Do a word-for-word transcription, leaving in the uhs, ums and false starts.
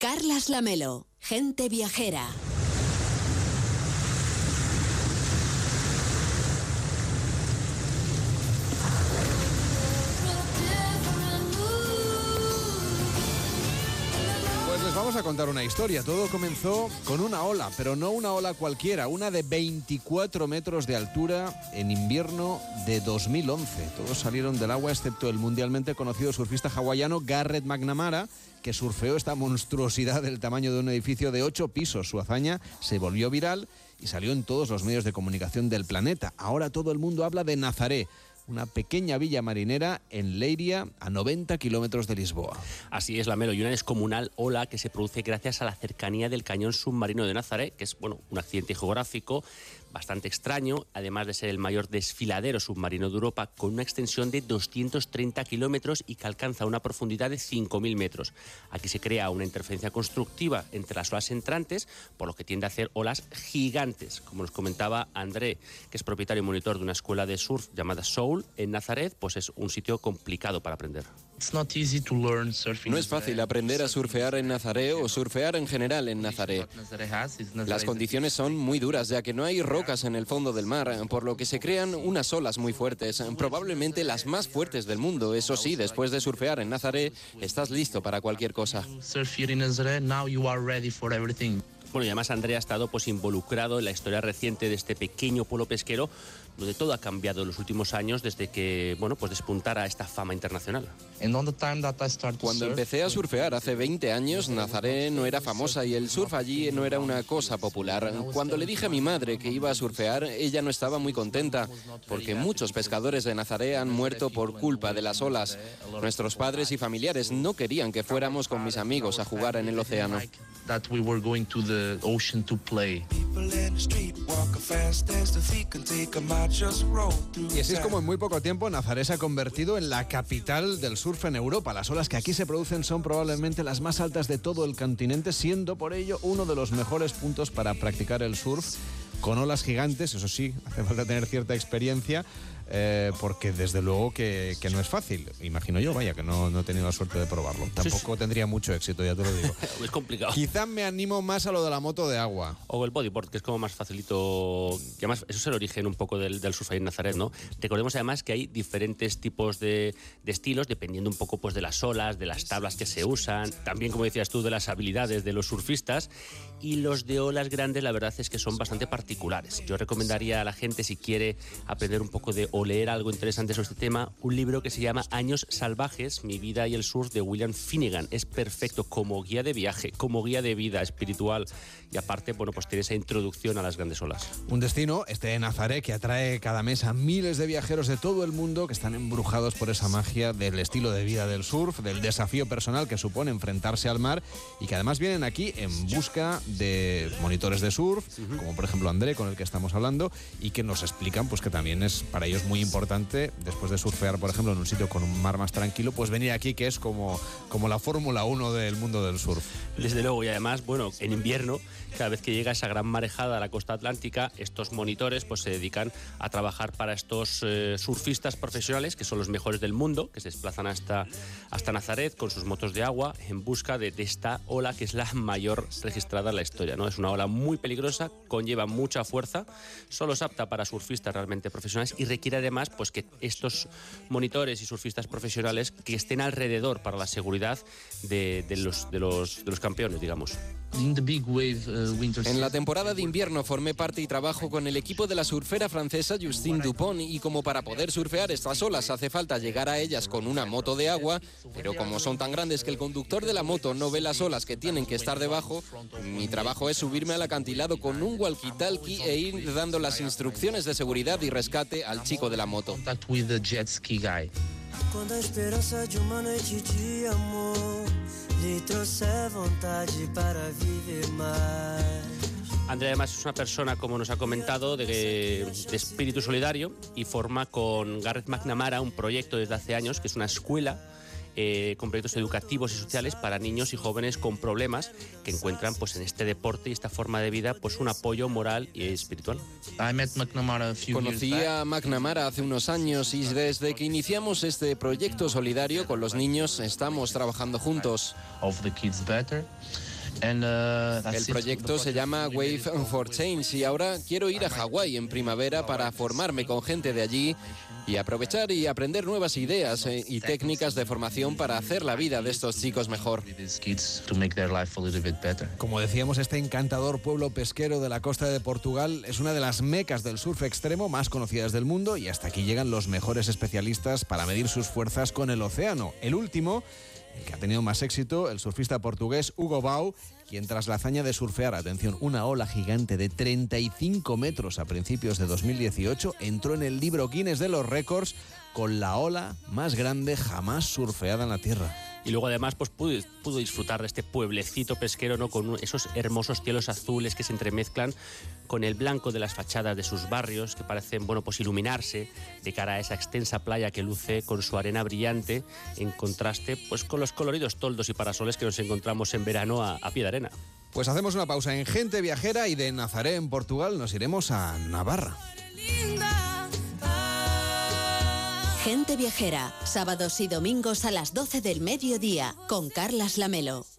Carlas Lamelo, gente viajera. Vamos a contar una historia. Todo comenzó con una ola, pero no una ola cualquiera, una de veinticuatro metros de altura en invierno de dos mil once. Todos salieron del agua excepto el mundialmente conocido surfista hawaiano Garrett McNamara, que surfeó esta monstruosidad del tamaño de un edificio de ocho pisos. Su hazaña se volvió viral y salió en todos los medios de comunicación del planeta. Ahora todo el mundo habla de Nazaré, una pequeña villa marinera en Leiria, a noventa kilómetros de Lisboa. Así es, Lamelo, y una descomunal ola que se produce gracias a la cercanía del cañón submarino de Nazaré, que es, bueno, un accidente geográfico bastante extraño, además de ser el mayor desfiladero submarino de Europa, con una extensión de doscientos treinta kilómetros y que alcanza una profundidad de cinco mil metros. Aquí se crea una interferencia constructiva entre las olas entrantes, por lo que tiende a hacer olas gigantes. Como nos comentaba André, que es propietario y monitor de una escuela de surf llamada Soul en Nazaret, pues es un sitio complicado para aprender. No es fácil aprender a surfear en Nazaré o surfear en general en Nazaré. Las condiciones son muy duras, ya que no hay rocas en el fondo del mar, por lo que se crean unas olas muy fuertes, probablemente las más fuertes del mundo. Eso sí, después de surfear en Nazaré, estás listo para cualquier cosa. Bueno, y además André ha estado pues involucrado en la historia reciente de este pequeño pueblo pesquero, donde todo ha cambiado en los últimos años desde que, bueno, pues despuntara esta fama internacional. Cuando empecé a surfear hace veinte años, Nazaré no era famosa y el surf allí no era una cosa popular. Cuando le dije a mi madre que iba a surfear, ella no estaba muy contenta, porque muchos pescadores de Nazaré han muerto por culpa de las olas. Nuestros padres y familiares no querían que fuéramos con mis amigos a jugar en el océano. That we were going to the ocean to play. Y así es como en muy poco tiempo Nazaré se ha convertido en la capital del surf en Europa. Las olas que aquí se producen son probablemente las más altas de todo el continente, siendo por ello uno de los mejores puntos para practicar el surf con olas gigantes. Eso sí, hace falta tener cierta experiencia, eh, porque desde luego que, que no es fácil. Imagino yo, vaya, que no, no he tenido la suerte de probarlo. Tampoco tendría mucho éxito, ya te lo digo. Es complicado. Quizás me animo más a lo de la moto de agua. O el bodyboard, que es como más facilito. Y además, eso es el origen un poco del, del surf ahí en Nazaret, ¿no? Recordemos además que hay diferentes tipos de, de estilos, dependiendo un poco pues de las olas, de las tablas que se usan, también, como decías tú, de las habilidades de los surfistas. Y los de olas grandes, la verdad es que son bastante particulares. Yo recomendaría a la gente, si quiere aprender un poco de o leer algo interesante sobre este tema, un libro que se llama Años salvajes, mi vida y el surf, de William Finnegan. Es perfecto como guía de viaje, como guía de vida espiritual, y aparte, bueno, pues tiene esa introducción a las grandes olas. Un destino, este de Nazaré, que atrae cada mes a miles de viajeros de todo el mundo que están embrujados por esa magia del estilo de vida del surf, del desafío personal que supone enfrentarse al mar, y que además vienen aquí en busca de monitores de surf, uh-huh. como por ejemplo André, con el que estamos hablando, y que nos explican pues que también es para ellos muy importante, después de surfear, por ejemplo, en un sitio con un mar más tranquilo, pues venir aquí, que es como, como la Fórmula uno del mundo del surf. Desde luego, y además, bueno, en invierno, cada vez que llega esa gran marejada a la costa atlántica, estos monitores pues se dedican a trabajar para estos eh, surfistas profesionales, que son los mejores del mundo, que se desplazan hasta, hasta Nazaret con sus motos de agua en busca de, de esta ola, que es la mayor registrada en la historia, ¿no? Es una ola muy peligrosa, conlleva mucha fuerza, solo es apta para surfistas realmente profesionales y requiere además pues que estos monitores y surfistas profesionales que estén alrededor para la seguridad de, de, los, de, los, de los campeones, digamos. En la temporada de invierno formé parte y trabajo con el equipo de la surfera francesa Justine Dupont, y como para poder surfear estas olas hace falta llegar a ellas con una moto de agua, pero como son tan grandes que el conductor de la moto no ve las olas que tienen que estar debajo, mi trabajo es subirme al acantilado con un walkie-talkie e ir dando las instrucciones de seguridad y rescate al chico de la moto. Quando a esperança de uma noite de amor lhe trouxe vontade para viver mais. André además es una persona, como nos ha comentado, de, de espíritu solidario, y forma con Garrett McNamara un proyecto desde hace años, que es una escuela Eh, con proyectos educativos y sociales para niños y jóvenes con problemas, que encuentran pues en este deporte y esta forma de vida pues un apoyo moral y espiritual. Conocí a McNamara hace unos años y desde que iniciamos este proyecto solidario con los niños estamos trabajando juntos. El proyecto se llama Wave for Change y ahora quiero ir a Hawái en primavera para formarme con gente de allí y aprovechar y aprender nuevas ideas y técnicas de formación para hacer la vida de estos chicos mejor. Como decíamos, este encantador pueblo pesquero de la costa de Portugal es una de las mecas del surf extremo más conocidas del mundo y hasta aquí llegan los mejores especialistas para medir sus fuerzas con el océano. El último, el que ha tenido más éxito, el surfista portugués Hugo Bau, quien tras la hazaña de surfear, atención, una ola gigante de treinta y cinco metros a principios de dos mil dieciocho, entró en el libro Guinness de los récords con la ola más grande jamás surfeada en la Tierra. Y luego además pues pudo, pudo disfrutar de este pueblecito pesquero, ¿no? Con esos hermosos cielos azules que se entremezclan con el blanco de las fachadas de sus barrios, que parecen, bueno, pues iluminarse de cara a esa extensa playa que luce con su arena brillante, en contraste pues con los coloridos toldos y parasoles que nos encontramos en verano a, a pie de arena. Pues hacemos una pausa en Gente Viajera y de Nazaré, en Portugal, nos iremos a Navarra. Gente Viajera, sábados y domingos a las doce del mediodía, con Carlas Lamelo.